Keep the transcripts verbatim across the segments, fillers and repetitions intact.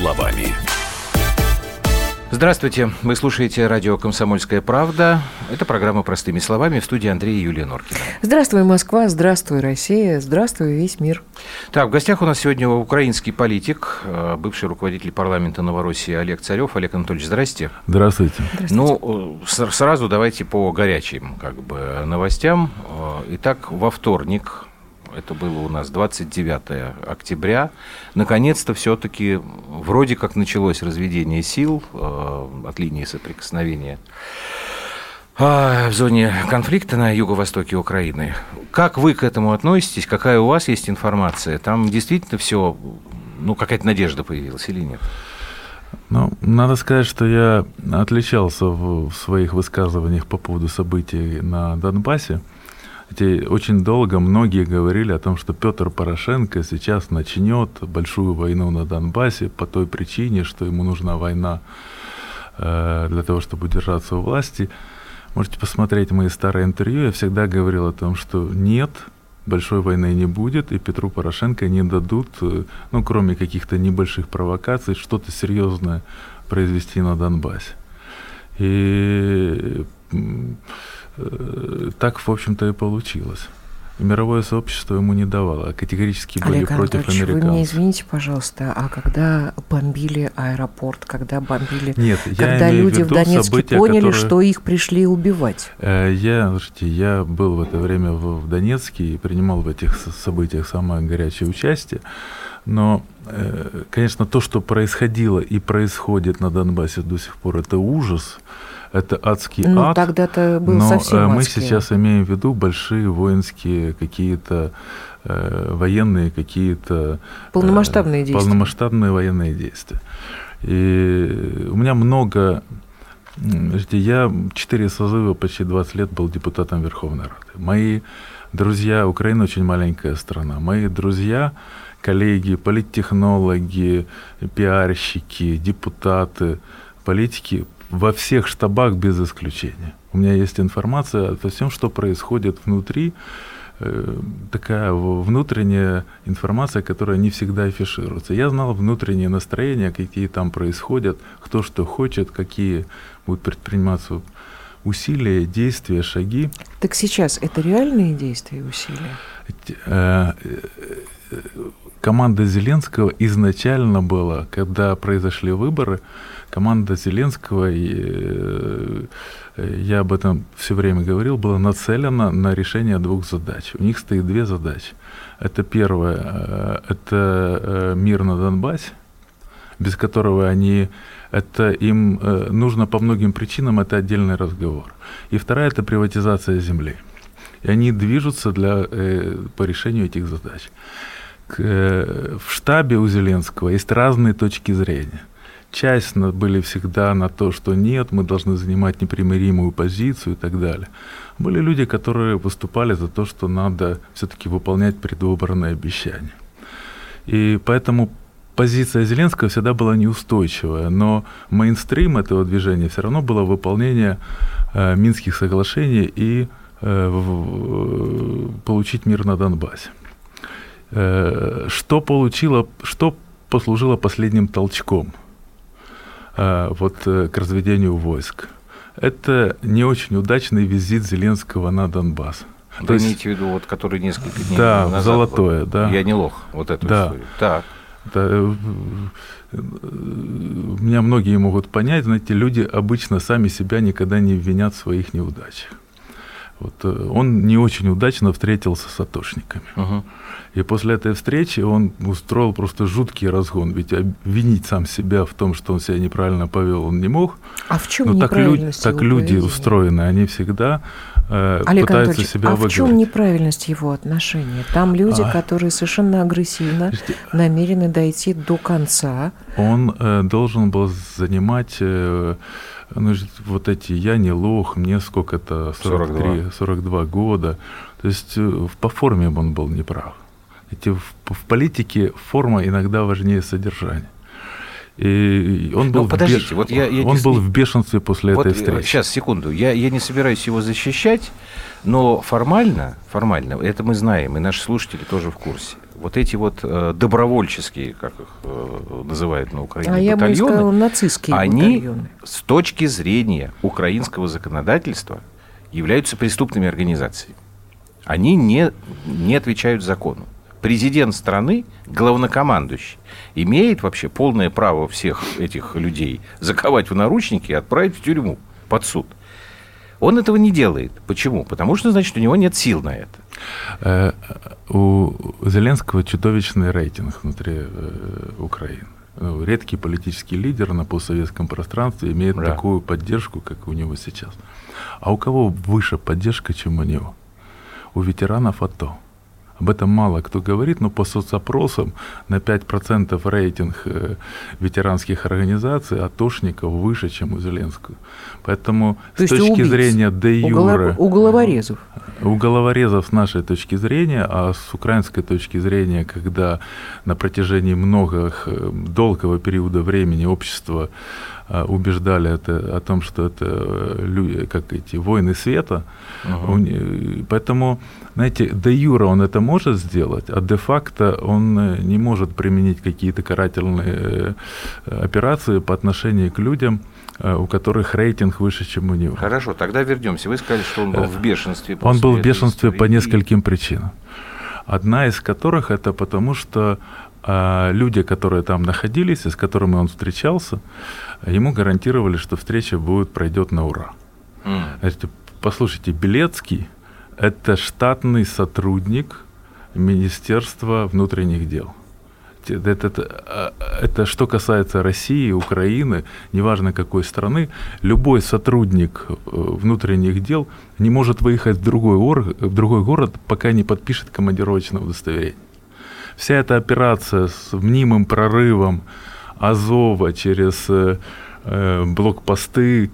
словами. Здравствуйте. Вы слушаете радио «Комсомольская правда». Это программа «Простыми словами». В студии Андрей и Юлия Норкина. Здравствуй, Москва. Здравствуй, Россия. Здравствуй, весь мир. Так, в гостях у нас сегодня украинский политик, бывший руководитель парламента Новороссии Олег Царев. Олег Анатольевич, здрасте. Здравствуйте. Здравствуйте. Ну, сразу давайте по горячим как бы новостям. Итак, во вторник... Это было у нас двадцать девятого октября. Наконец-то все-таки вроде как началось разведение сил э, от линии соприкосновения э, в зоне конфликта на юго-востоке Украины. Как вы к этому относитесь? Какая у вас есть информация? Там действительно все, ну, какая-то надежда появилась или нет? Ну, надо сказать, что я отличался в, в своих высказываниях по поводу событий на Донбассе. Ведь очень долго многие говорили о том, что Петр Порошенко сейчас начнет большую войну на Донбассе по той причине, что ему нужна война э, для того, чтобы удержаться у власти. Можете посмотреть мои старые интервью. Я всегда говорил о том, что нет, большой войны не будет, и Петру Порошенко не дадут, ну, кроме каких-то небольших провокаций, что-то серьезное произвести на Донбассе. И так, в общем-то, и получилось. И мировое сообщество ему не давало, а категорически были Олег против Анатольевич, американцев. Вы меня извините, пожалуйста, а когда бомбили аэропорт, когда бомбили... Нет, когда люди в, в Донецке события, поняли, которые... что их пришли убивать? Я, слушайте, я был в это время в, в Донецке и принимал в этих событиях самое горячее участие. Но, конечно, то, что происходило и происходит на Донбассе до сих пор, это ужас. Это адский ну, ад, тогда-то был но совсем мы адский. Сейчас имеем в виду большие воинские какие-то э, военные какие-то... Полномасштабные э, действия. Полномасштабные военные действия. И у меня много... Знаете, я четыре созыва, почти двадцать лет был депутатом Верховной Рады. Мои друзья... Украина очень маленькая страна. Мои друзья, коллеги, политтехнологи, пиарщики, депутаты, политики... во всех штабах без исключения. У меня есть информация о всем, что происходит внутри, э, такая внутренняя информация, которая не всегда афишируется. Я знал внутренние настроения, какие там происходят, кто что хочет, какие будут предприниматься усилия, действия, шаги. Так сейчас это реальные действия и усилия? Э, команда Зеленского изначально была, когда произошли выборы, команда Зеленского, и я об этом все время говорил, была нацелена на решение двух задач. У них стоит две задачи. Это первое, это мир на Донбассе, без которого они, это им нужно по многим причинам, это отдельный разговор. И вторая, это приватизация земли. И они движутся для, по решению этих задач. В штабе у Зеленского есть разные точки зрения. Часть были всегда на то, что нет, мы должны занимать непримиримую позицию и так далее. Были люди, которые выступали за то, что надо все-таки выполнять предвыборные обещания. И поэтому позиция Зеленского всегда была неустойчивая, но мейнстрим этого движения все равно было выполнение э, Минских соглашений и э, в, получить мир на Донбассе. Э, что получило, что послужило последним толчком вот к разведению войск? Это не очень удачный визит Зеленского на Донбасс. Вы То имеете есть, в виду, вот, который несколько дней да, назад золотое, был? Да. Я не лох, вот эту да. историю. Так. Да, меня многие могут понять, знаете, люди обычно сами себя никогда не обвинят в своих неудачах. Вот, он не очень удачно встретился с атошниками. Угу. И после этой встречи он устроил просто жуткий разгон. Ведь обвинить сам себя в том, что он себя неправильно повел, он не мог. А в чем Но неправильность так, его так люди поведения? устроены, они всегда э, Олег пытаются Анатольевич, себя а выговорить. в чем неправильность его отношений? Там люди, а... которые совершенно агрессивно намерены дойти до конца. Он э, должен был занимать... Э, Ну, вот эти «я не лох», мне сколько-то, сорок три, сорок два года. То есть по форме он был неправ. Эти, в, в политике форма иногда важнее содержания. И он был, ну, подождите, в, беш... вот я, я он не... был в бешенстве после вот этой встречи. Сейчас, секунду. Я, я не собираюсь его защищать, но формально, формально, это мы знаем, и наши слушатели тоже в курсе. вот эти вот э, добровольческие, как их э, называют на Украине, а батальоны, я бы сказала, нацистские они батальоны. с точки зрения украинского законодательства являются преступными организациями. Они не, не отвечают закону. Президент страны, главнокомандующий, имеет вообще полное право всех этих людей заковать в наручники и отправить в тюрьму под суд. Он этого не делает. Почему? Потому что, значит, у него нет сил на это. У Зеленского чудовищный рейтинг внутри Украины. Редкий политический лидер на постсоветском пространстве имеет да. такую поддержку, как у него сейчас. А у кого выше поддержка, чем у него? У ветеранов АТО. Об этом мало кто говорит, но по соцопросам на пять процентов рейтинг э, ветеранских организаций, атошников выше, чем у Зеленского. Поэтому То с точки убийц, зрения де юре... У головорезов. У головорезов с нашей точки зрения, а с украинской точки зрения, когда на протяжении многих долгого периода времени общество убеждали это, о том, что это люди, как эти войны света. Uh-huh. Поэтому, знаете, де юре он это может сделать, а де-факто он не может применить какие-то карательные операции по отношению к людям, у которых рейтинг выше, чем у него. Хорошо, тогда вернемся. Вы сказали, что он был в бешенстве. Он был в бешенстве по нескольким причинам. Одна из которых это потому, что а, люди, которые там находились и с которыми он встречался, ему гарантировали, что встреча будет, пройдет на ура. Mm. Знаете, послушайте, Белецкий – это штатный сотрудник Министерства внутренних дел. Это, это, это что касается России, Украины, неважно какой страны, любой сотрудник внутренних дел не может выехать в другой, орг, в другой город, пока не подпишет командировочное удостоверение. Вся эта операция с мнимым прорывом Азова через э, блокпосты,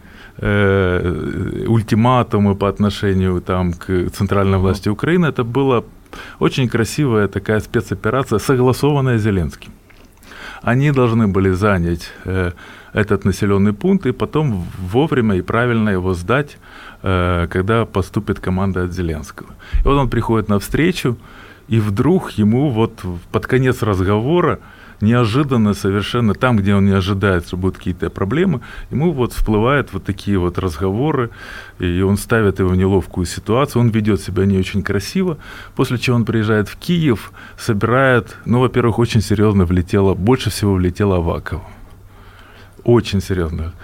э, ультиматумы по отношению там, к центральной власти Украины, это было очень красивая такая спецоперация, согласованная с Зеленским. Они должны были занять э, этот населенный пункт и потом вовремя и правильно его сдать, э, когда поступит команда от Зеленского. И вот он приходит на встречу, и вдруг ему вот под конец разговора неожиданно совершенно, там, где он не ожидает, что будут какие-то проблемы, ему вот всплывают вот такие вот разговоры, и он ставит его в неловкую ситуацию, он ведет себя не очень красиво, после чего он приезжает в Киев, собирает, ну, во-первых, очень серьезно влетело, больше всего влетело Авакова. Очень серьезно.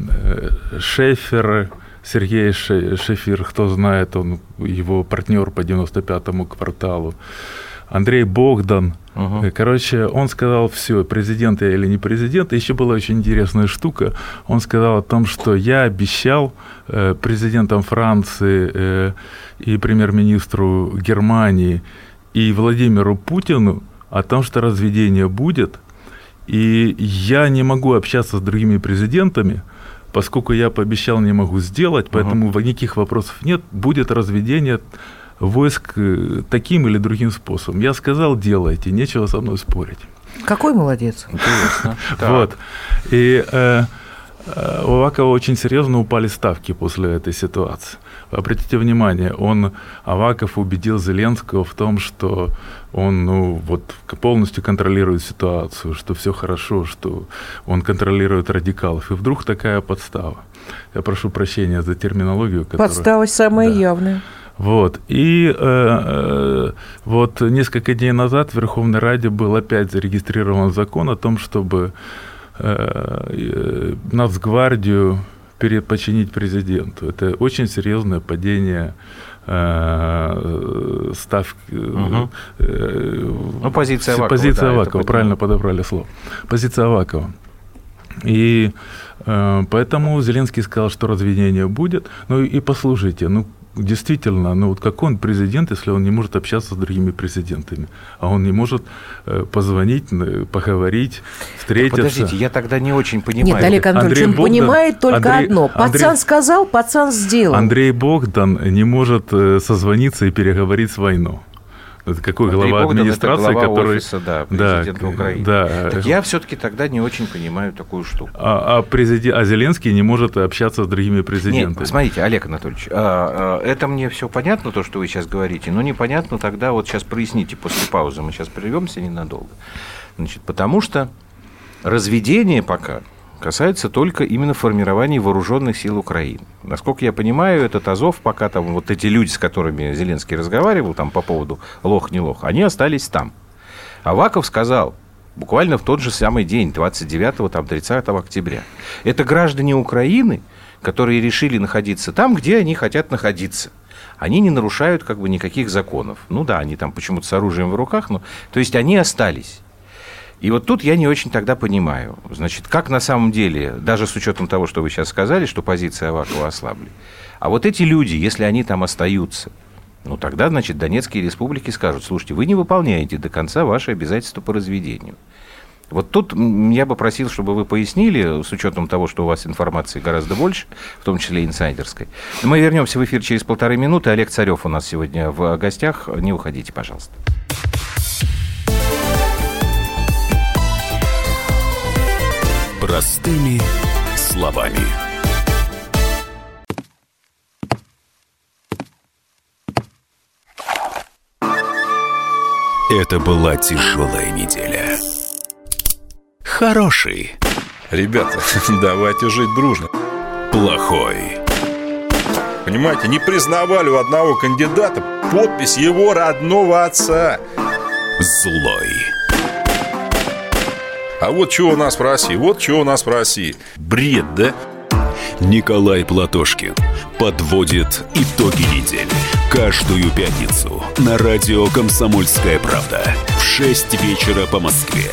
Шефер, Сергей Шефир, кто знает, он его партнер по девяносто пятому кварталу. Андрей Богдан. Uh-huh. Короче, он сказал, все, президент я или не президент. И еще была очень интересная штука. Он сказал о том, что я обещал э, президентам Франции э, и премьер-министру Германии и Владимиру Путину о том, что разведение будет. И я не могу общаться с другими президентами, поскольку я пообещал, не могу сделать, поэтому uh-huh. никаких вопросов нет. Будет разведение войск таким или другим способом. Я сказал, делайте, нечего со мной спорить. Какой молодец. Вот. И э, у Авакова очень серьезно упали ставки после этой ситуации. Обратите внимание, он, Аваков убедил Зеленского в том, что он ну, вот, полностью контролирует ситуацию, что все хорошо, что он контролирует радикалов. И вдруг такая подстава. Я прошу прощения за терминологию. Которая... Подстава самая да. явная. Вот. И э, э, вот несколько дней назад в Верховной Раде был опять зарегистрирован закон о том, чтобы э, э, Нацгвардию переподчинить президенту. Это очень серьезное падение э, ставки. Угу. Э, ну, позиция Авакова. Позиция да, Авакова, правильно подобрали слово. Позиция Авакова. И э, поэтому Зеленский сказал, что разведение будет. Ну и послушайте, ну действительно, ну вот какой он президент, если он не может общаться с другими президентами, а он не может э, позвонить, поговорить, встретиться. Так подождите, я тогда не очень понимаю. Нет, Олег Анатольевич, Андрей он Богдан, понимает только Андрей, одно. Пацан Андрей, сказал, пацан сделал. Андрей Богдан не может э, созвониться и переговорить с войной. Это какой Андрей глава Богдан, администрации, это глава который... офиса, да, президента да, Украины. Да. Так я все-таки тогда не очень понимаю такую штуку. А, а, президент, а Зеленский не может общаться с другими президентами. Нет, смотрите, Олег Анатольевич, а, а, это мне все понятно, то, что вы сейчас говорите, но непонятно тогда, вот сейчас проясните после паузы, мы сейчас прервемся ненадолго. Значит, потому что разведение пока касается только именно формирования вооруженных сил Украины. Насколько я понимаю, этот Азов, пока там вот эти люди, с которыми Зеленский разговаривал там по поводу лох не лох, они остались там. Аваков сказал буквально в тот же самый день, двадцать девятого, там, тридцатого октября. Это граждане Украины, которые решили находиться там, где они хотят находиться. Они не нарушают как бы никаких законов. Ну да, они там почему-то с оружием в руках, но... то есть они остались. И вот тут я не очень тогда понимаю, значит, как на самом деле, даже с учетом того, что вы сейчас сказали, что позиция Авакова ослабли, а вот эти люди, если они там остаются, ну тогда, значит, Донецкие республики скажут: слушайте, вы не выполняете до конца ваши обязательства по разведению. Вот тут я бы просил, чтобы вы пояснили, с учетом того, что у вас информации гораздо больше, в том числе инсайдерской. Мы вернемся в эфир через полторы минуты. Олег Царев у нас сегодня в гостях. Не уходите, пожалуйста. Простыми словами. Это была тяжелая неделя. Хороший. Ребята, давайте жить дружно. Плохой. Понимаете, не признавали у одного кандидата подпись его родного отца. Злой. А вот что у нас в России, вот что у нас в России. Бред, да? Николай Платошкин подводит итоги недели. Каждую пятницу на радио «Комсомольская правда» в шесть вечера по Москве.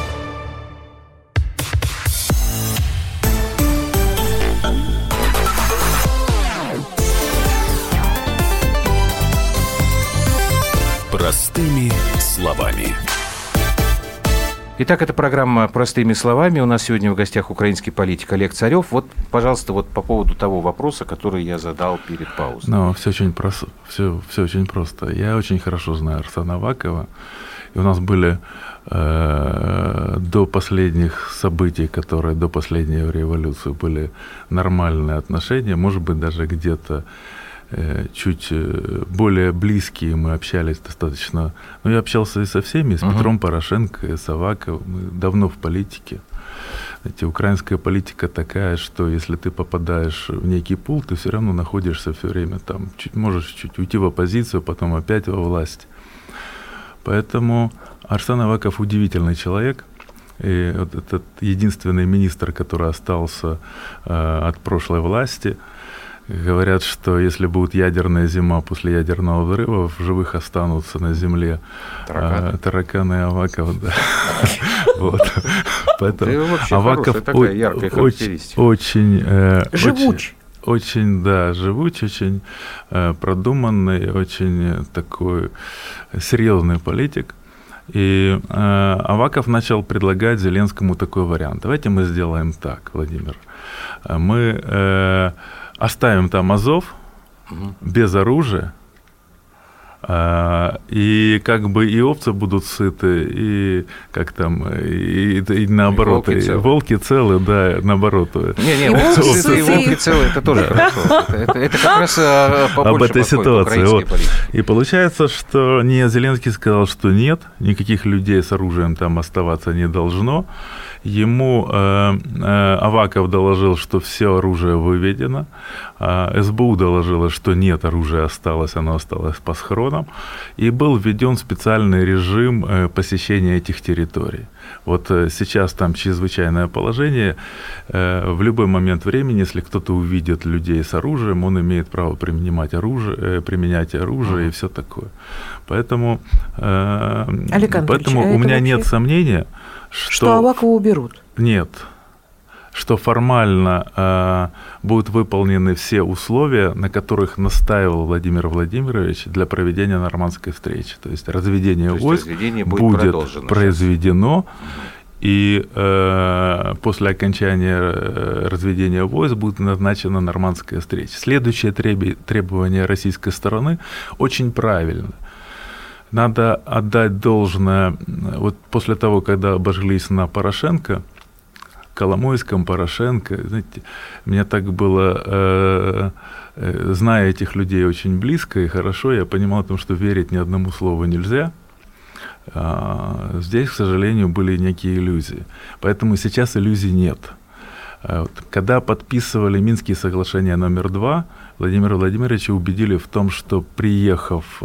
Простыми словами. Итак, это программа «Простыми словами». У нас сегодня в гостях украинский политик Олег Царев. Вот, пожалуйста, вот по поводу того вопроса, который я задал перед паузой. Ну, все очень просто. Все, все очень просто. Я очень хорошо знаю Арсена Авакова. И у нас были э, до последних событий, которые до последней революции были нормальные отношения, может быть, даже где-то чуть более близкие, мы общались достаточно. Ну, я общался и со всеми, и с uh-huh. Петром Порошенко, и с Аваковым. Мы давно в политике. Знаете, украинская политика такая, что если ты попадаешь в некий пул, ты все равно находишься все время там. Чуть, можешь чуть уйти в оппозицию, потом опять во власть. Поэтому Арсен Аваков удивительный человек. И вот этот единственный министр, который остался э, от прошлой власти. Говорят, что если будет ядерная зима после ядерного взрыва, в живых останутся на земле тараканы, а, тараканы и Аваков. Да. Вот. Поэтому Аваков очень живуч. Очень, да, живуч, очень продуманный, очень такой серьезный политик. И э, Аваков начал предлагать Зеленскому такой вариант. Давайте мы сделаем так, Владимир. Мы э, оставим там Азов угу. без оружия, э, и как бы и овцы будут сыты, и как там, и, и наоборот, и волки, и волки целы, да, наоборот. Не, не, овцы сыты и волки целы, это тоже хорошо. Это, это как раз побольше об этой ситуации. Вот. И получается, что не Зеленский сказал, что нет, никаких людей с оружием там оставаться не должно. Ему э, э, Аваков доложил, что все оружие выведено. Э, СБУ доложила, что нет, оружия осталось, оно осталось по схронам. И был введен специальный режим э, посещения этих территорий. Вот э, сейчас там чрезвычайное положение. Э, в любой момент времени, если кто-то увидит людей с оружием, он имеет право применять оружие, э, применять оружие mm-hmm. и все такое. Поэтому, э, поэтому у меня вообще... нет сомнения, Что, что Авакова уберут? Нет. Что формально э, будут выполнены все условия, на которых настаивал Владимир Владимирович для проведения нормандской встречи. То есть разведение То войск есть будет, будет произведено. Сейчас. И э, после окончания разведения войск будет назначена нормандская встреча. Следующее треб... требование российской стороны очень правильно. надо отдать должное, вот после того, когда обожглись на Порошенко, Коломойском, Порошенко, знаете, мне так было, э, э, зная этих людей очень близко и хорошо, я понимал о том, что верить ни одному слову нельзя. А здесь, к сожалению, были некие иллюзии. Поэтому сейчас иллюзий нет. Вот. Когда подписывали Минские соглашения номер два, Владимира Владимировича убедили в том, что, приехав,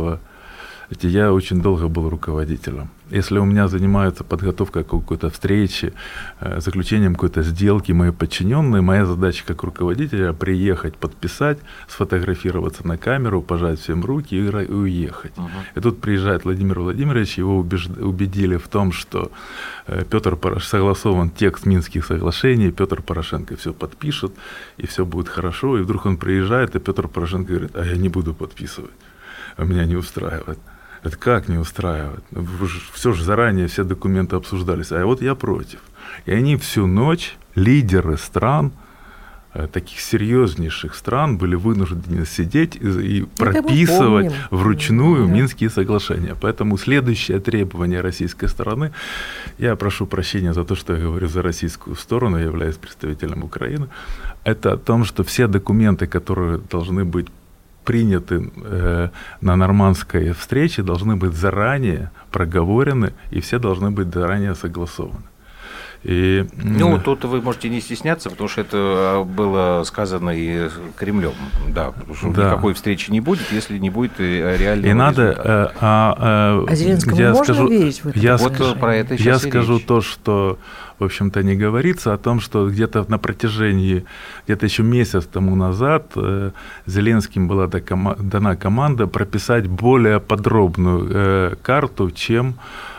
я очень долго был руководителем. Если у меня занимается подготовка к какой-то встрече, заключением какой-то сделки, мои подчиненные, моя задача как руководителя приехать, подписать, сфотографироваться на камеру, пожать всем руки и уехать. Uh-huh. И тут приезжает Владимир Владимирович, его убедили в том, что Петр Порош... согласован текст Минских соглашений, Петр Порошенко все подпишет, и все будет хорошо. И вдруг он приезжает, и Петр Порошенко говорит: а я не буду подписывать, а меня не устраивает. Это как не устраивает? Все же заранее, все документы обсуждались. А вот я против. И они всю ночь, лидеры стран, таких серьезнейших стран, были вынуждены сидеть и, и прописывать вручную да. Минские соглашения. Поэтому следующее требование российской стороны, я прошу прощения за то, что я говорю за российскую сторону, я являюсь представителем Украины, это о том, что все документы, которые должны быть приняты э, на нормандской встрече, должны быть заранее проговорены, и все должны быть заранее согласованы. И, ну, э, тут вы можете не стесняться, потому что это было сказано и Кремлем, да, потому что да. никакой встречи не будет, если не будет реального и надо, результата. Э, а, а Зеленскому я можно скажу, верить в это? Я, вот скажу, про это я скажу речь. то, что, в общем-то, не говорится, о том, что где-то на протяжении, где-то еще месяц тому назад э, Зеленским была дана команда прописать более подробную э, карту, чем,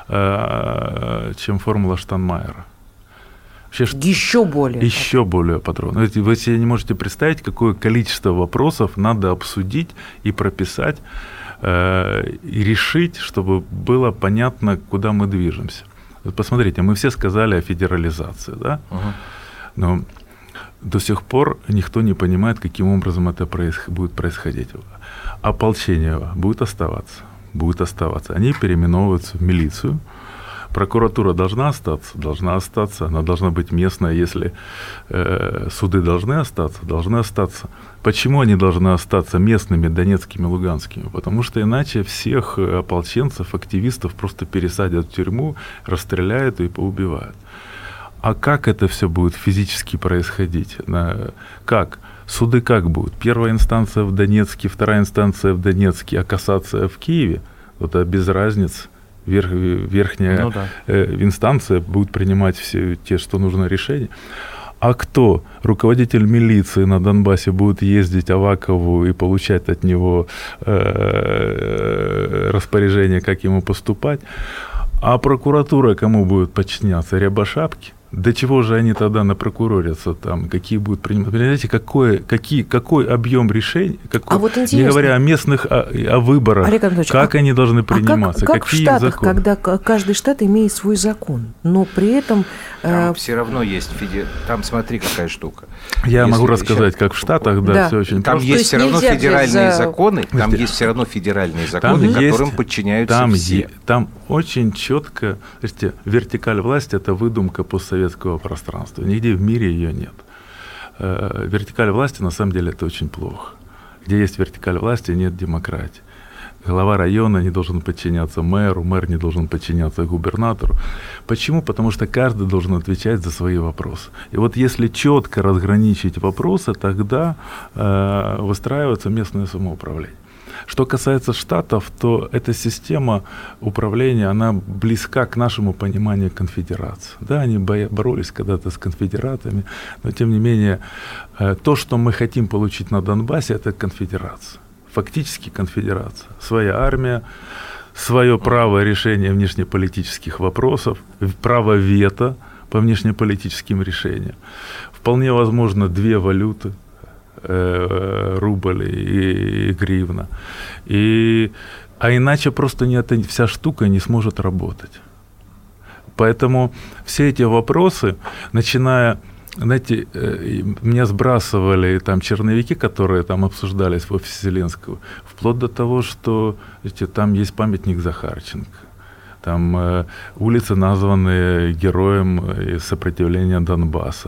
э, чем формула Штайнмайера. Еще более. Еще более подробно. Вы себе не можете представить, какое количество вопросов надо обсудить и прописать, э, и решить, чтобы было понятно, куда мы движемся. Вот посмотрите, мы все сказали о федерализации, да? Uh-huh. Но до сих пор никто не понимает, каким образом это проис- будет происходить. Ополчение будет оставаться, будет оставаться. Они переименовываются в милицию. Прокуратура должна остаться, должна остаться, она должна быть местная, если э, суды должны остаться, должны остаться. Почему они должны остаться местными, донецкими, луганскими? Потому что иначе всех ополченцев, активистов просто пересадят в тюрьму, расстреляют и поубивают. А как это все будет физически происходить? Как? Суды как будут? Первая инстанция в Донецке, вторая инстанция в Донецке, а кассация в Киеве? Вот это без разницы. Верх, верхняя ну, да. э, инстанция будет принимать все те, что нужно решения. А кто? Руководитель милиции на Донбассе будет ездить Авакову и получать от него э, распоряжение, как ему поступать. А прокуратура кому будет подчиняться? Рябошапке? До чего же они тогда напрокурорятся там, какие будут принимать? Понимаете, какой, какие, какой объем решений, какой, а вот не говоря о местных, о, о выборах, как а, они должны приниматься, а как, как какие в Штатах, законы? Когда каждый штат имеет свой закон, но при этом... Там э... все равно есть, феде... там смотри, какая штука. Я Если могу рассказать, сейчас... как в Штатах, да, да. все очень там просто. Есть все равно федеральные за... законы, там есть все равно федеральные законы, там которым есть, подчиняются там все. Е... Там очень четко, смотрите, вертикаль власти – это выдумка постсоветского пространства. Нигде в мире ее нет. Вертикаль власти, на самом деле, это очень плохо. Где есть вертикаль власти, нет демократии. Глава района не должен подчиняться мэру, мэр не должен подчиняться губернатору. Почему? Потому что каждый должен отвечать за свои вопросы. И вот если четко разграничить вопросы, тогда э, выстраивается местное самоуправление. Что касается штатов, то эта система управления, она близка к нашему пониманию конфедерации. Да, они боролись когда-то с конфедератами, но тем не менее то, что мы хотим получить на Донбассе, это конфедерация. Фактически конфедерация. Своя армия, свое право решения внешнеполитических вопросов, право вето по внешнеполитическим решениям. Вполне возможно две валюты. Рубль и, и гривна. И, а иначе просто не, эта вся штука не сможет работать. Поэтому все эти вопросы, начиная Знаете, меня сбрасывали там черновики, которые там обсуждались в офисе Зеленского, вплоть до того, что видите, там есть памятник Захарченко. Там э, улицы названы героем сопротивления Донбасса.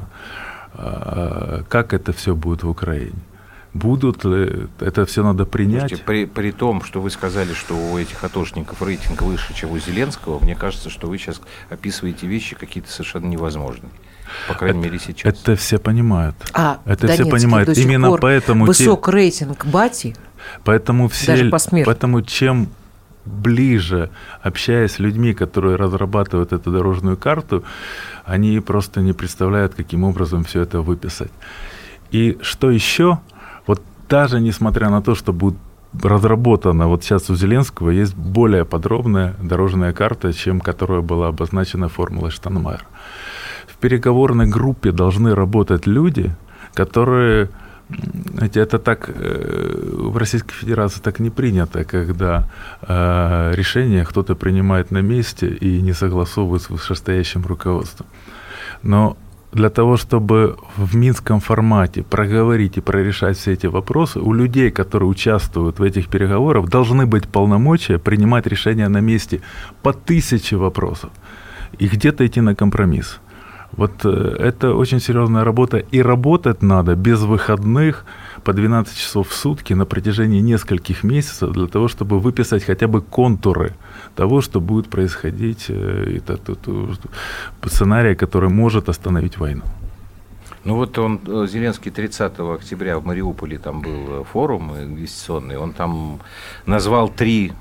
А, как это все будет в Украине? Будут ли? Это все надо принять? Слушайте, при, при том, что вы сказали, что у этих атошников рейтинг выше, чем у Зеленского, мне кажется, что вы сейчас описываете вещи какие-то совершенно невозможные. По крайней это, мере, сейчас. Это все понимают. А это все понимают. До сих Именно пор поэтому... Высок те... рейтинг бати, поэтому все, даже посмертно. Поэтому чем ближе, общаясь с людьми, которые разрабатывают эту дорожную карту, они просто не представляют, каким образом все это выписать. И что еще? Вот даже несмотря на то, что будет разработана, вот сейчас у Зеленского есть более подробная дорожная карта, чем которая была обозначена формулой Штайнмайера. В переговорной группе должны работать люди, которые, знаете, это так в Российской Федерации так не принято, когда э, решение кто-то принимает на месте и не согласовывает с вышестоящим руководством. Но для того, чтобы в минском формате проговорить и прорешать все эти вопросы, у людей, которые участвуют в этих переговорах, должны быть полномочия принимать решения на месте по тысяче вопросов и где-то идти на компромисс. Вот это очень серьезная работа, и работать надо без выходных по двенадцать часов в сутки на протяжении нескольких месяцев для того, чтобы выписать хотя бы контуры того, что будет происходить, это, это, это, сценарий, который может остановить войну. Ну вот он, Зеленский, тридцатого октября в Мариуполе, там был форум инвестиционный, он там назвал три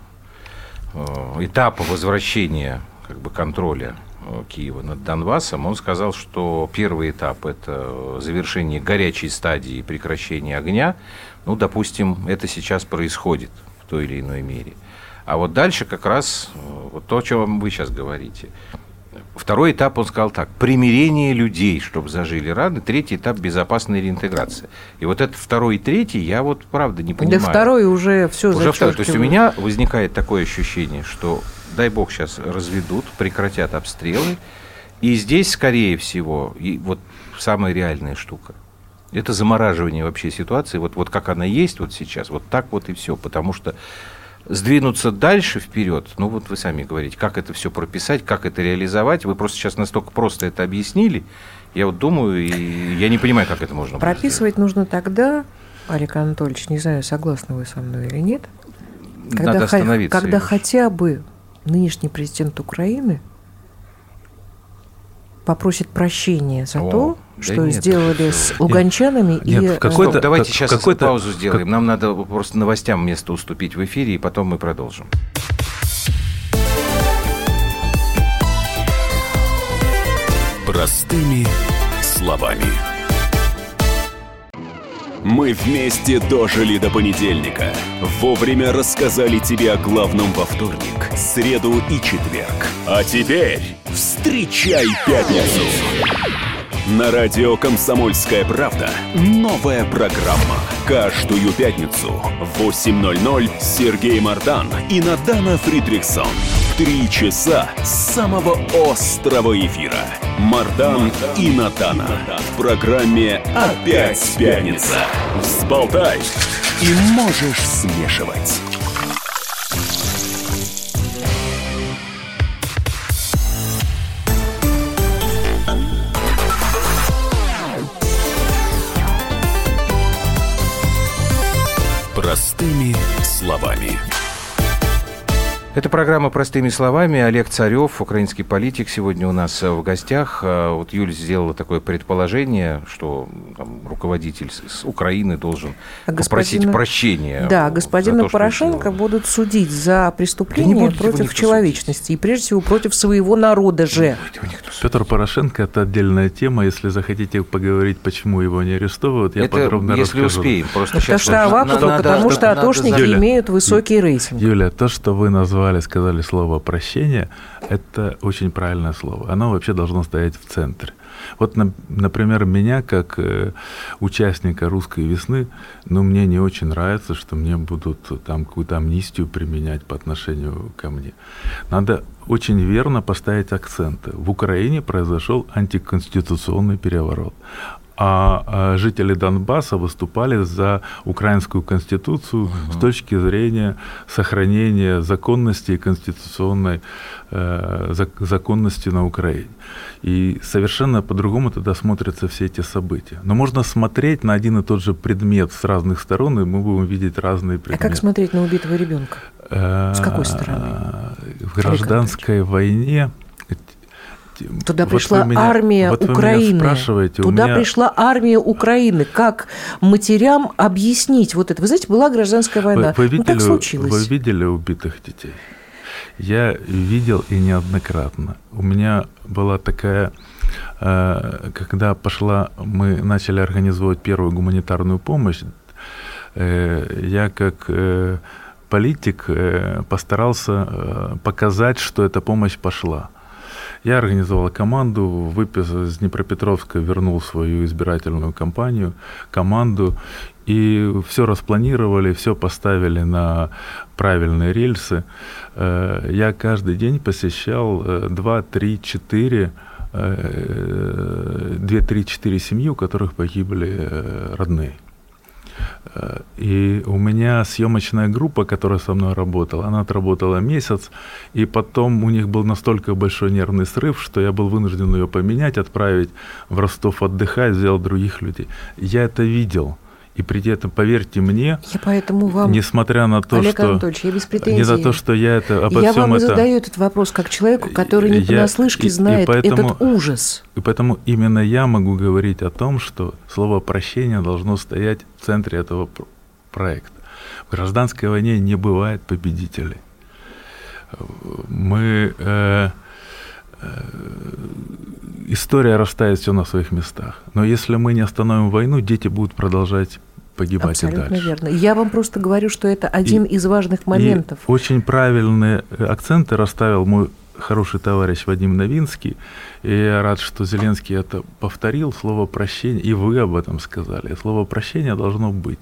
этапа возвращения как бы контроля Киева над Донбассом. Он сказал, что первый этап – это завершение горячей стадии прекращения огня. Ну, допустим, это сейчас происходит в той или иной мере. А вот дальше как раз вот то, о чем вы сейчас говорите. Второй этап, он сказал так: примирение людей, чтобы зажили раны. Третий этап – безопасная реинтеграция. И вот это второй и третий я вот правда не понимаю. Да второй уже все уже второй. То есть у зачеркивает. меня возникает такое ощущение, что дай бог сейчас разведут, прекратят обстрелы. И здесь, скорее всего, и вот самая реальная штука – это замораживание вообще ситуации, вот, вот как она есть вот сейчас, вот так вот и все. Потому что сдвинуться дальше вперед, ну вот вы сами говорите, как это все прописать, как это реализовать. Вы просто сейчас настолько просто это объяснили. Я вот думаю, и я не понимаю, как это можно прописывать нужно тогда, Олег Анатольевич, не знаю, согласны вы со мной или нет, когда, Надо остановиться. Когда хотя бы нынешний президент Украины попросит прощения за О, то, да что нет, сделали с луганчанами. Нет, и... Нет, какой-то, Стоп, давайте как, сейчас какой-то... паузу сделаем. Нам надо просто новостям место уступить в эфире, и потом мы продолжим. Простыми словами. Мы вместе дожили до понедельника. Вовремя рассказали тебе о главном во вторник, среду и четверг. А теперь встречай пятницу. На радио «Комсомольская правда» новая программа. Каждую пятницу в восемь ноль ноль Сергей Мардан и Надана Фридрихсон. Три часа самого острого эфира. Мардан и Надана. В программе «Опять пятница». Взболтай и можешь смешивать. Простыми словами. Это программа «Простыми словами». Олег Царев, украинский политик, сегодня у нас в гостях. Вот Юля сделала такое предположение, что там, руководитель с Украины должен а попросить господина... прощения. Да, господина Порошенко будут судить за преступление да против человечности. Судить. И прежде всего против своего народа же. Петр Порошенко – это отдельная тема. Если захотите поговорить, почему его не арестовывают, я это подробно если расскажу. Успеем. Просто потому сейчас что, надо, потому надо, что надо, атошники Юля, имеют высокий рейтинг. Юля, то, что вы назвали сказали слово «прощение», это очень правильное слово. Оно вообще должно стоять в центре. Вот, например, меня, как э, участника «Русской весны», ну, мне не очень нравится, что мне будут там какую-то амнистию применять по отношению ко мне. Надо очень верно поставить акценты. В Украине произошел антиконституционный переворот. А, а жители Донбасса выступали за украинскую конституцию uh-huh. с точки зрения сохранения законности и конституционной э, законности на Украине. И совершенно по-другому тогда смотрятся все эти события. Но можно смотреть на один и тот же предмет с разных сторон, и мы будем видеть разные предметы. А как смотреть на убитого ребенка? С какой стороны? В гражданской войне... Туда вот пришла меня, армия вот Украины. Туда меня... пришла армия Украины. Как матерям объяснить вот это? Вы знаете, была гражданская война. Вы, вы, видели, ну, так случилось. Вы видели убитых детей? Я видел и неоднократно. У меня была такая... Когда пошла, мы начали организовывать первую гуманитарную помощь, я как политик постарался показать, что эта помощь пошла. Я организовал команду, выпис из Днепропетровска, вернул свою избирательную кампанию, команду, и все распланировали, все поставили на правильные рельсы. Я каждый день посещал два, три, четыре, две, три, четыре семьи, у которых погибли родные. И у меня съемочная группа, которая со мной работала, она отработала месяц, и потом у них был настолько большой нервный срыв, что я был вынужден ее поменять, отправить в Ростов отдыхать, взял других людей. Я это видел. И при этом, поверьте мне, я поэтому вам, несмотря на то, Олег что... Анатольевич, я без претензий. Не за то, что я это обо я всем вам это... задаю этот вопрос как человеку, который не я... понаслышке и, знает и поэтому... этот ужас. И поэтому именно я могу говорить о том, что слово «прощение» должно стоять в центре этого проекта. В гражданской войне не бывает победителей. Мы... Э... История расставит все на своих местах. Но если мы не остановим войну, дети будут продолжать погибать. Абсолютно и дальше. Верно. Я вам просто говорю, что это один и, из важных моментов. И очень правильные акценты расставил мой хороший товарищ Вадим Новинский. И я рад, что Зеленский это повторил. Слово «прощение», и вы об этом сказали. Слово «прощение» должно быть.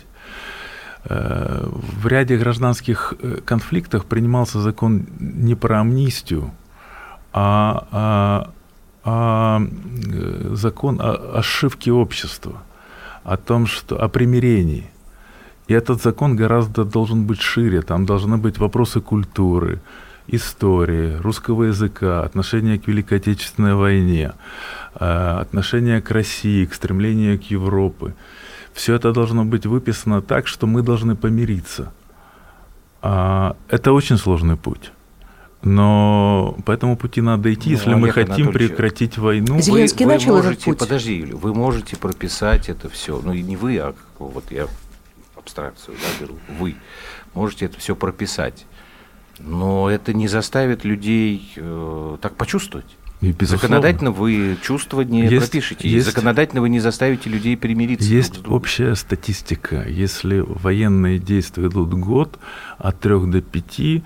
В ряде гражданских конфликтов принимался закон не про амнистию, а, а, а закон о, о сшивке общества, о том, что о примирении. И этот закон гораздо должен быть шире. Там должны быть вопросы культуры, истории, русского языка, отношения к Великой Отечественной войне, отношения к России, к стремлению к Европе. Все это должно быть выписано так, что мы должны помириться. Это очень сложный путь. Но по этому пути надо идти, ну, если Олег мы хотим прекратить войну. Зеленский вы, начал вы можете, этот путь. Подожди, Юля, вы можете прописать это все. Ну, и не вы, а вот я абстракцию да, беру. Вы можете это все прописать. Но это не заставит людей э, так почувствовать. И, законодательно вы чувства не есть, пропишете. Есть, и законодательно вы не заставите людей примириться. Есть друг с другом. Общая статистика. Если военные действия идут год, от трех до пяти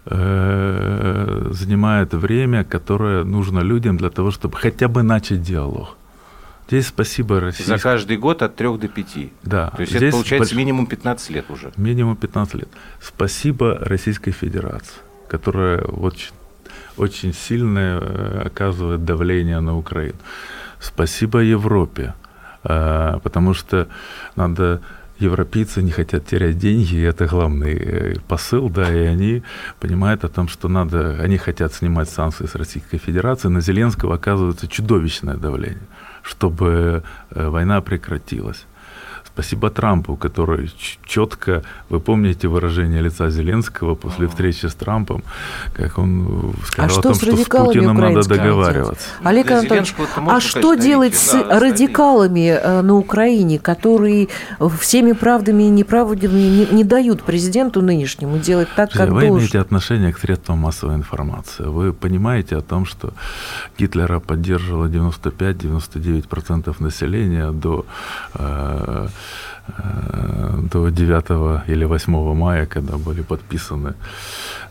э, занимает время, которое нужно людям для того, чтобы хотя бы начать диалог. Здесь спасибо России. За каждый год от трех до пяти. Да. То есть это получается больш... минимум пятнадцать лет уже. Минимум пятнадцать лет. Спасибо Российской Федерации, которая очень, очень сильно оказывает давление на Украину. Спасибо Европе, потому что надо... Европейцы не хотят терять деньги, и это главный посыл, да, и они понимают о том, что надо, они хотят снимать санкции с Российской Федерации, на Зеленского оказывается чудовищное давление, чтобы война прекратилась. Спасибо Трампу, который четко, вы помните выражение лица Зеленского после встречи с Трампом, как он сказал а о том, что с Путиным надо договариваться. Олег Анатольевич, а что делать с да, радикалами на Украине, которые всеми правдами и неправдами не, не дают президенту нынешнему делать так, как вы должен? Вы имеете отношение к средствам массовой информации. Вы понимаете о том, что Гитлера поддерживало девяносто пять - девяносто девять процентов населения до... Э, до девятого или восьмого мая, когда были подписаны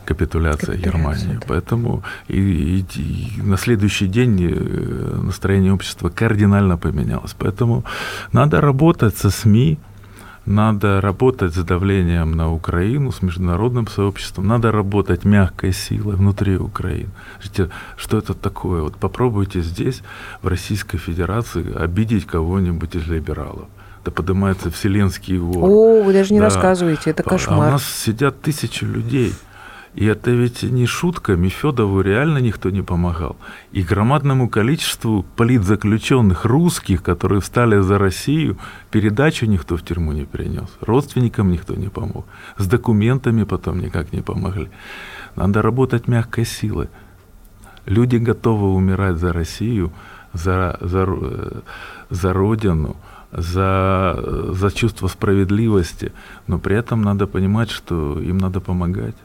капитуляция Германии. Да. Поэтому и, и, и на следующий день настроение общества кардинально поменялось. Поэтому надо работать со СМИ, надо работать с давлением на Украину, с международным сообществом, надо работать мягкой силой внутри Украины. Что это такое? Вот попробуйте здесь, в Российской Федерации, обидеть кого-нибудь из либералов. Да поднимается вселенский вор. О, вы даже не да. рассказываете, это кошмар. А у нас сидят тысячи людей. И это ведь не шутка, Мефёдову реально никто не помогал. И громадному количеству политзаключенных русских, которые встали за Россию, передачу никто в тюрьму не принес, родственникам никто не помог, с документами потом никак не помогли. Надо работать мягкой силой. Люди готовы умирать за Россию, за, за, за Родину, за, за чувство справедливости, но при этом надо понимать, что им надо помогать.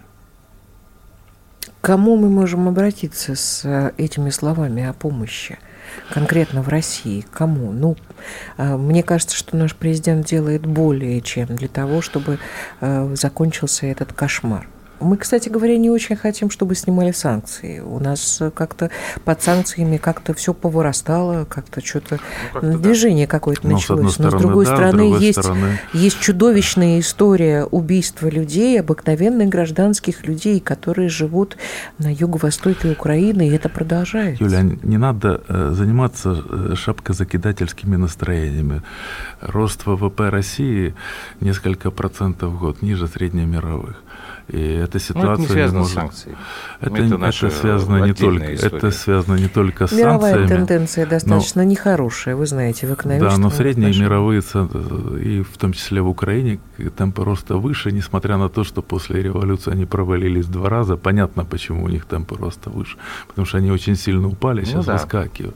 К кому мы можем обратиться с этими словами о помощи? Конкретно в России? К кому? Ну, мне кажется, что наш президент делает более чем для того, чтобы закончился этот кошмар. Мы, кстати говоря, не очень хотим, чтобы снимали санкции. У нас как-то под санкциями как-то все повырастало, как-то что-то ну, как движение да. какое-то Но началось. С Но с другой да, стороны, с другой есть, стороны есть чудовищная история убийства людей, обыкновенных гражданских людей, которые живут на юго-востоке Украины, и это продолжается. Юля, не надо заниматься шапкозакидательскими настроениями. Рост ВВП России несколько процентов в год, ниже среднемировых. И эта ситуация это не связано не может... с санкциями. Это, это, это, связано не только, это связано не только с Мировая санкциями. Мировая тенденция достаточно но, нехорошая, вы знаете, в экономическом. Да, но средние отношении. Мировые, и в том числе в Украине, темпы роста выше, несмотря на то, что после революции они провалились два раза. Понятно, почему у них темпы роста выше. Потому что они очень сильно упали, сейчас ну, да. выскакивают.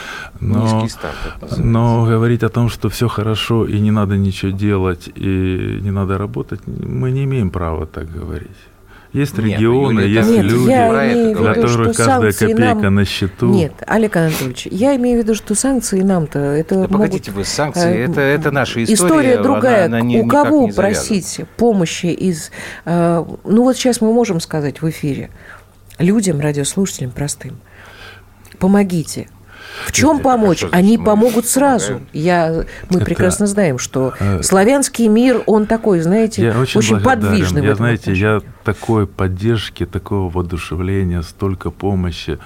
Но, старт, но говорить о том, что все хорошо и не надо ничего делать, и не надо работать, мы не имеем права так говорить. Есть нет, регионы, Юлия, есть нет, люди, для которых каждая копейка нам... на счету. Нет, Олег Анатольевич, я имею в виду, что санкции нам-то... Это да могут... Погодите вы, санкции, это, это наша история. История другая. Она, она не, у кого просить помощи из... Ну вот сейчас мы можем сказать в эфире людям, радиослушателям простым, помогите. В чем помочь? Хорошо, Они значит, помогут сразу. Я, мы это, прекрасно знаем, что э, славянский мир, он такой, знаете, очень, очень подвижный. Я, знаете, я такой поддержки, такого воодушевления, столько помощи.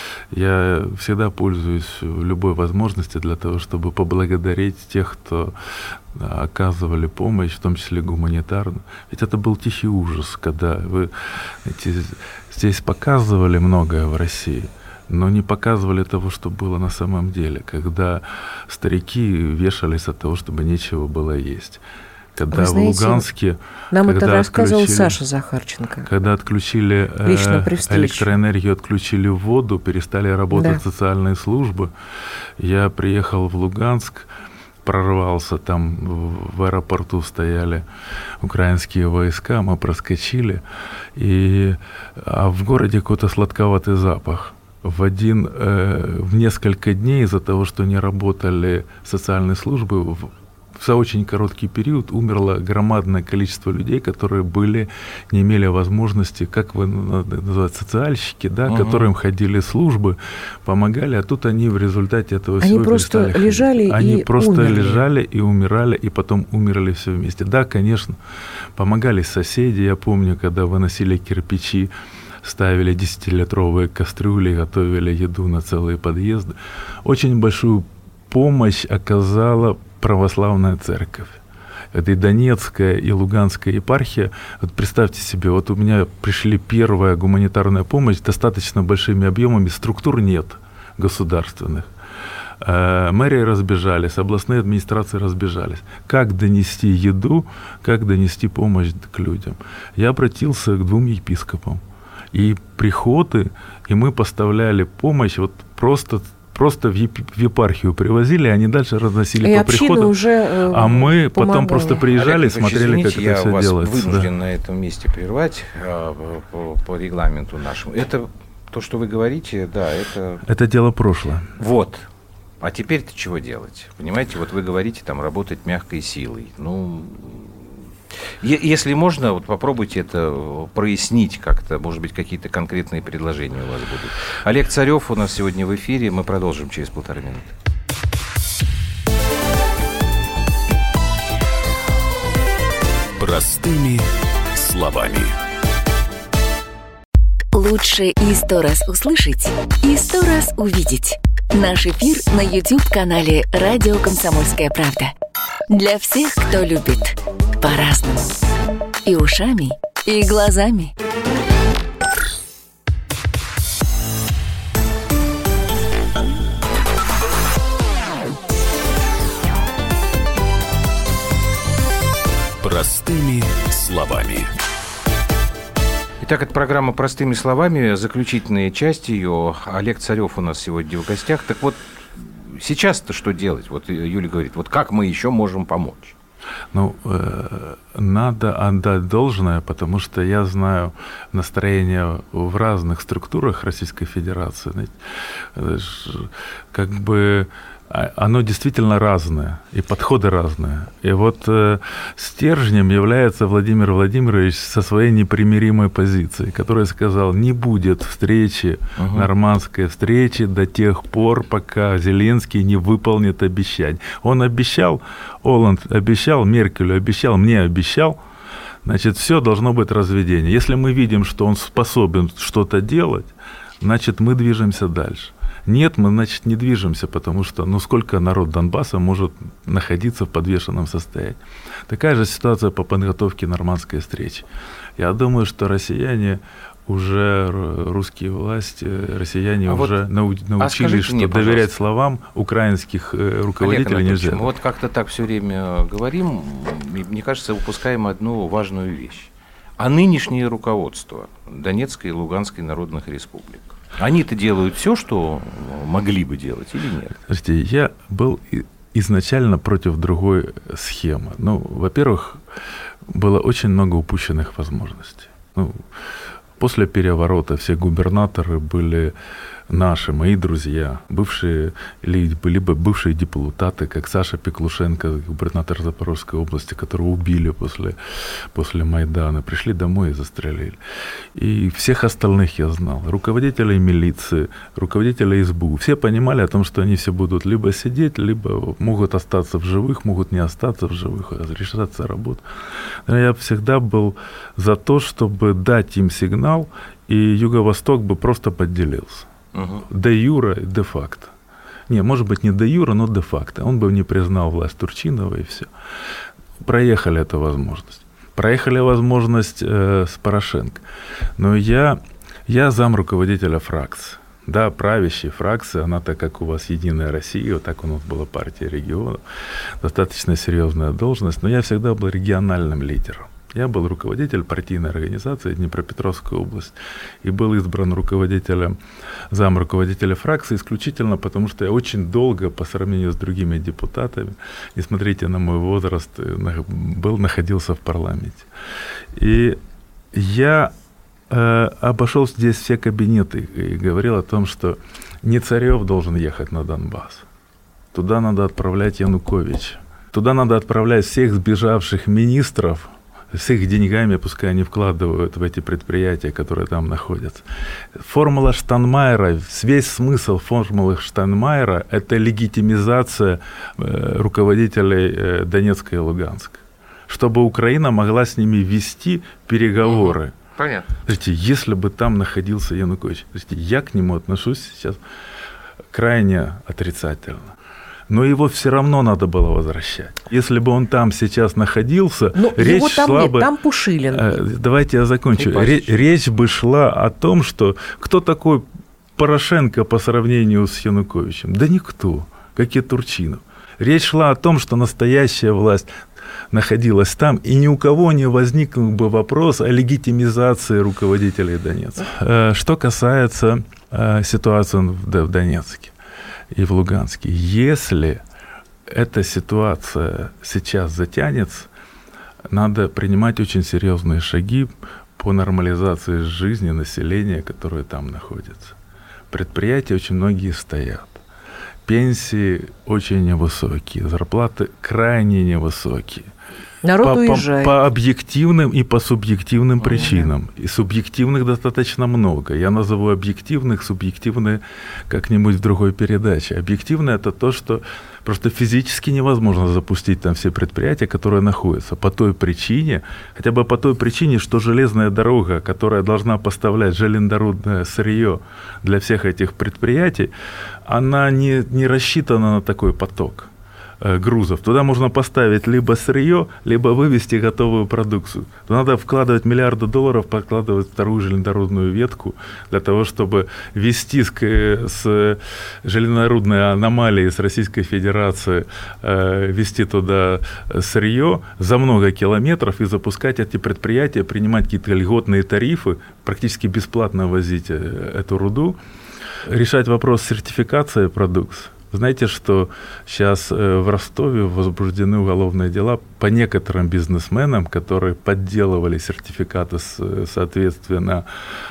Я всегда пользуюсь любой возможностью для того, чтобы поблагодарить тех, кто оказывали помощь, в том числе гуманитарную. Ведь это был тихий ужас, когда вы эти, здесь показывали многое в России, но не показывали того, что было на самом деле, когда старики вешались от того, чтобы нечего было есть. Когда знаете, в Луганске... Нам это рассказывал Саша Захарченко. Когда отключили э, электроэнергию, отключили воду, перестали работать да. социальные службы. Я приехал в Луганск, прорвался, там в аэропорту стояли украинские войска, мы проскочили, и, а в городе какой-то сладковатый запах. В один, э, в несколько дней из-за того, что не работали социальные службы, в, за очень короткий период умерло громадное количество людей, которые были, не имели возможности, как вы называете, социальщики, да, угу. которым ходили службы, помогали, а тут они в результате этого они всего просто перестали лежали ходить. Они и просто умерли. лежали и умирали, и потом умерли все вместе. Да, конечно, помогали соседи, я помню, когда выносили кирпичи, ставили десятилитровые кастрюли, готовили еду на целые подъезды. Очень большую помощь оказала православная церковь. Это и Донецкая, и Луганская епархия. Вот представьте себе, вот у меня пришли первая гуманитарная помощь достаточно большими объемами, структур нет государственных. Мэрии разбежались, областные администрации разбежались. Как донести еду, как донести помощь к людям? Я обратился к двум епископам. И приходы, и мы поставляли помощь, вот просто, просто в, еп- в епархию привозили, а они дальше разносили и по приходам. Уже, э, а мы помогали. Потом просто приезжали и смотрели, извините, как это все делается. Я вас вынужден да. на этом месте прервать э, по, по регламенту нашему. Это то, что вы говорите, да, это... Это дело прошлое. Вот. А теперь-то чего делать? Понимаете, вот вы говорите, там, работать мягкой силой. Ну... Если можно, вот попробуйте это прояснить как-то, может быть, какие-то конкретные предложения у вас будут. Олег Царев у нас сегодня в эфире, мы продолжим через полторы минуты. Простыми словами. Лучше и сто раз услышать, и сто раз увидеть. Наш эфир на YouTube-канале «Радио Комсомольская правда». Для всех, кто любит по-разному. И ушами, и глазами. Простыми словами. Итак, это программа «Простыми словами», заключительная часть ее. Олег Царев у нас сегодня в гостях. Так вот, сейчас-то что делать? Вот Юля говорит, вот как мы еще можем помочь? Ну, э, надо отдать должное, потому что я знаю настроение в разных структурах Российской Федерации. Знаете, как бы оно действительно разное, и подходы разные. И вот э, стержнем является Владимир Владимирович со своей непримиримой позицией, который сказал, не будет встречи, угу. нормандской встречи до тех пор, пока Зеленский не выполнит обещаний. Он обещал, Олланд обещал, Меркель обещал, мне обещал, значит, все должно быть разведение. Если мы видим, что он способен что-то делать, значит, мы движемся дальше. Нет, мы, значит, не движемся, потому что, ну, сколько народ Донбасса может находиться в подвешенном состоянии. Такая же ситуация по подготовке нормандской встречи. Я думаю, что россияне уже, русские власти, россияне а уже вот, научились, а что мне, доверять словам украинских руководителей нельзя. Мы вот как-то так все время говорим, мне кажется, упускаем одну важную вещь. А нынешнее руководство Донецкой и Луганской народных республик, они-то делают все, что могли бы делать, или нет? Слушайте, я был изначально против другой схемы. Ну, во-первых, было очень много упущенных возможностей. Ну, после переворота все губернаторы были наши, мои друзья, бывшие, либо бывшие депутаты, как Саша Пеклушенко, губернатор Запорожской области, которого убили после, после Майдана, пришли домой и застрелили. И всех остальных я знал, руководителей милиции, руководителей эс бэ у, все понимали о том, что они все будут либо сидеть, либо могут остаться в живых, могут не остаться в живых, разрешаться работать. Но я всегда был за то, чтобы дать им сигнал, и Юго-Восток бы просто поделился. Угу. Де юра, де факто. Не, может быть, не де юра, но де факто. Он бы не признал власть Турчинова, и все. Проехали эту возможность. Проехали возможность э, с Порошенко. Но я, я зам руководителя фракции. Да, правящей фракции, она так как у вас Единая Россия, вот так у нас была партия регионов, достаточно серьезная должность, но я всегда был региональным лидером. Я был руководитель партийной организации Днепропетровской области и был избран руководителем, зам руководителя фракции исключительно потому, что я очень долго по сравнению с другими депутатами, не смотрите на мой возраст, был, находился в парламенте. И я э, обошел здесь все кабинеты и говорил о том, что не Царев должен ехать на Донбасс. Туда надо отправлять Януковича. Туда надо отправлять всех сбежавших министров, с их деньгами, пускай они вкладывают в эти предприятия, которые там находятся. Формула Штайнмайера, весь смысл формулы Штайнмайера – это легитимизация э, руководителей э, Донецка и Луганска, чтобы Украина могла с ними вести переговоры. Понятно. Смотрите, если бы там находился Янукович, смотрите, я к нему отношусь сейчас крайне отрицательно. Но его все равно надо было возвращать. Если бы он там сейчас находился, но речь его там шла нет, бы... там Пушилин. Давайте я закончу. Речь, речь бы шла о том, что кто такой Порошенко по сравнению с Януковичем? Да никто, как и Турчинов. Речь шла о том, что настоящая власть находилась там, и ни у кого не возникнул бы вопрос о легитимизации руководителей Донецка. Что касается ситуации в Донецке и в Луганске. Если эта ситуация сейчас затянется, надо принимать очень серьезные шаги по нормализации жизни населения, которое там находится. Предприятия очень многие стоят. Пенсии очень невысокие, зарплаты крайне невысокие. Народ по, уезжает. По, по объективным и по субъективным Ой, причинам. да. И субъективных достаточно много. Я назову объективных, субъективные как-нибудь в другой передаче. Объективное — это то, что просто физически невозможно запустить там все предприятия, которые находятся. По той причине, хотя бы по той причине, что железная дорога, которая должна поставлять железнодородное сырье для всех этих предприятий, она не, не рассчитана на такой поток грузов. Туда можно поставить либо сырье, либо вывести готовую продукцию. То надо вкладывать миллиарды долларов, подкладывать вторую железнодородную ветку для того, чтобы вести с, с железнодородной аномалии с Российской Федерации, э, вести туда сырье за много километров и запускать эти предприятия, принимать какие-то льготные тарифы, практически бесплатно возить эту руду, решать вопрос сертификации продукции. Знаете, что сейчас в Ростове возбуждены уголовные дела по некоторым бизнесменам, которые подделывали сертификаты, соответственно,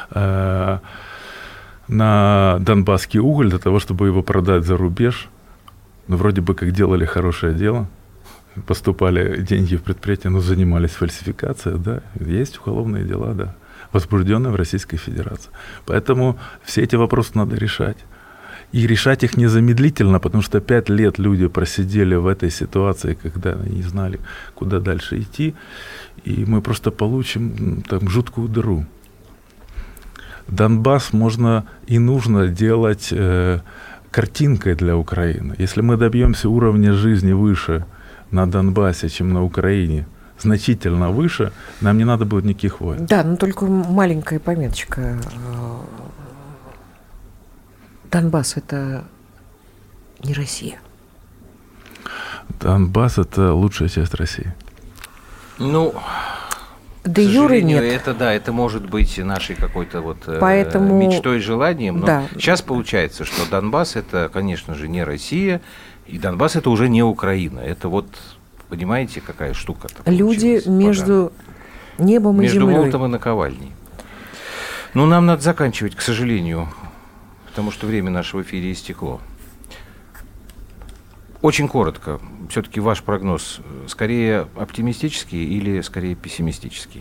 на донбасский уголь для того, чтобы его продать за рубеж. Ну, вроде бы как делали хорошее дело, поступали деньги в предприятие, но занимались фальсификацией, да, есть уголовные дела, да, возбужденные в Российской Федерации. Поэтому все эти вопросы надо решать. И решать их незамедлительно, потому что пять лет люди просидели в этой ситуации, когда не знали, куда дальше идти, и мы просто получим там жуткую дыру. Донбасс можно и нужно делать э, картинкой для Украины. Если мы добьемся уровня жизни выше на Донбассе, чем на Украине, значительно выше, нам не надо будет никаких войн. Да, но только маленькая пометочка. Донбасс — это не Россия. Донбасс — это лучшая часть России. Ну, де юре нет. Это, да, это может быть нашей какой-то вот Поэтому... мечтой, желанием. Но да. Сейчас получается, что Донбасс — это, конечно же, не Россия, и Донбасс — это уже не Украина. Это вот, понимаете, какая штука? Люди между небом и между землей. Между молотом и наковальней. Ну, нам надо заканчивать, к сожалению, потому что время нашего эфира истекло. Очень коротко. Все-таки ваш прогноз скорее оптимистический или скорее пессимистический?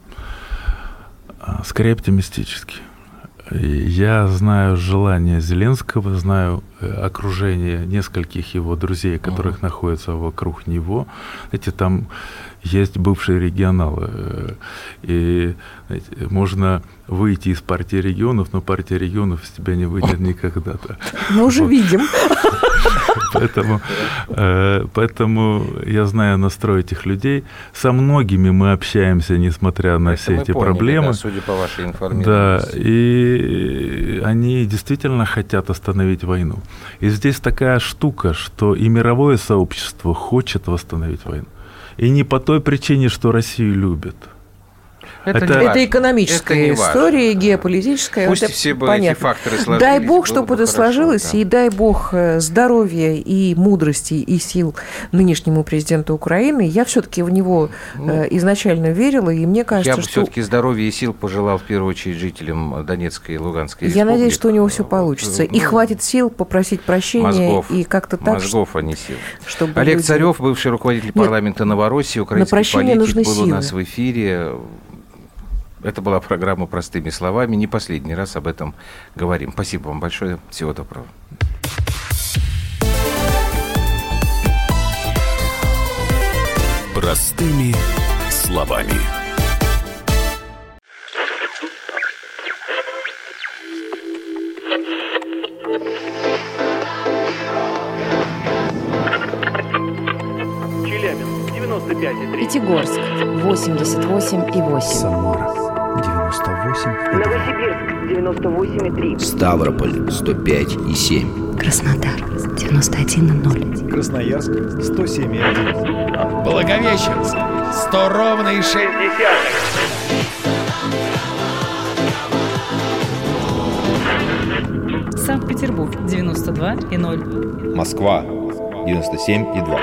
Скорее оптимистический. Я знаю желание Зеленского, знаю окружение нескольких его друзей, которых uh-huh. находятся вокруг него. Знаете, там есть бывшие регионалы. И знаете, можно выйти из партии регионов, но партия регионов из тебя не выйдет никогда-то. Мы уже вот. Видим. Поэтому, э, поэтому я знаю настрой этих людей. Со многими мы общаемся, несмотря на Это все эти поняли, проблемы. Да, судя по вашей информации. Да, и они действительно хотят остановить войну. И здесь такая штука, что и мировое сообщество хочет восстановить войну. И не по той причине, что Россию любят. Это, это, это экономическая это история, геополитическая. Пусть это все бы понятно. эти факторы сложились. Дай бог, чтобы это хорошо, сложилось, да. И дай бог здоровья и мудрости и сил нынешнему президенту Украины. Я все-таки в него ну, изначально верила, и мне кажется, я бы что... все-таки здоровья и сил пожелал в первую очередь жителям Донецкой и Луганской республики. Я надеюсь, что у него все получится. И ну, хватит сил попросить прощения мозгов, и как-то так... Мозгов, а не сил. Чтобы Олег люди... Царев, бывший руководитель Нет, парламента Новороссии, украинский политик, был силы. у нас в эфире. Это была программа «Простыми словами». Не последний раз об этом говорим. Спасибо вам большое. Всего доброго. Простыми словами. Челябинск, девяносто пять и три. Пятигорск, восемьдесят восемь и восемь. Самара, девяносто восемь и два. Новосибирск, девяносто восемь и три. Ставрополь, сто пять и семь. Краснодар, девяносто один и ноль. Красноярск, сто семь и один. Благовещенск, сто ровно и шесть десятых. Санкт-Петербург, девяносто два и ноль. Москва, девяносто семь и два.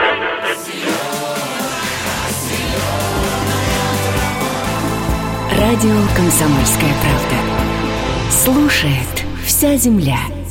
Радио «Комсомольская правда». Слушает вся земля.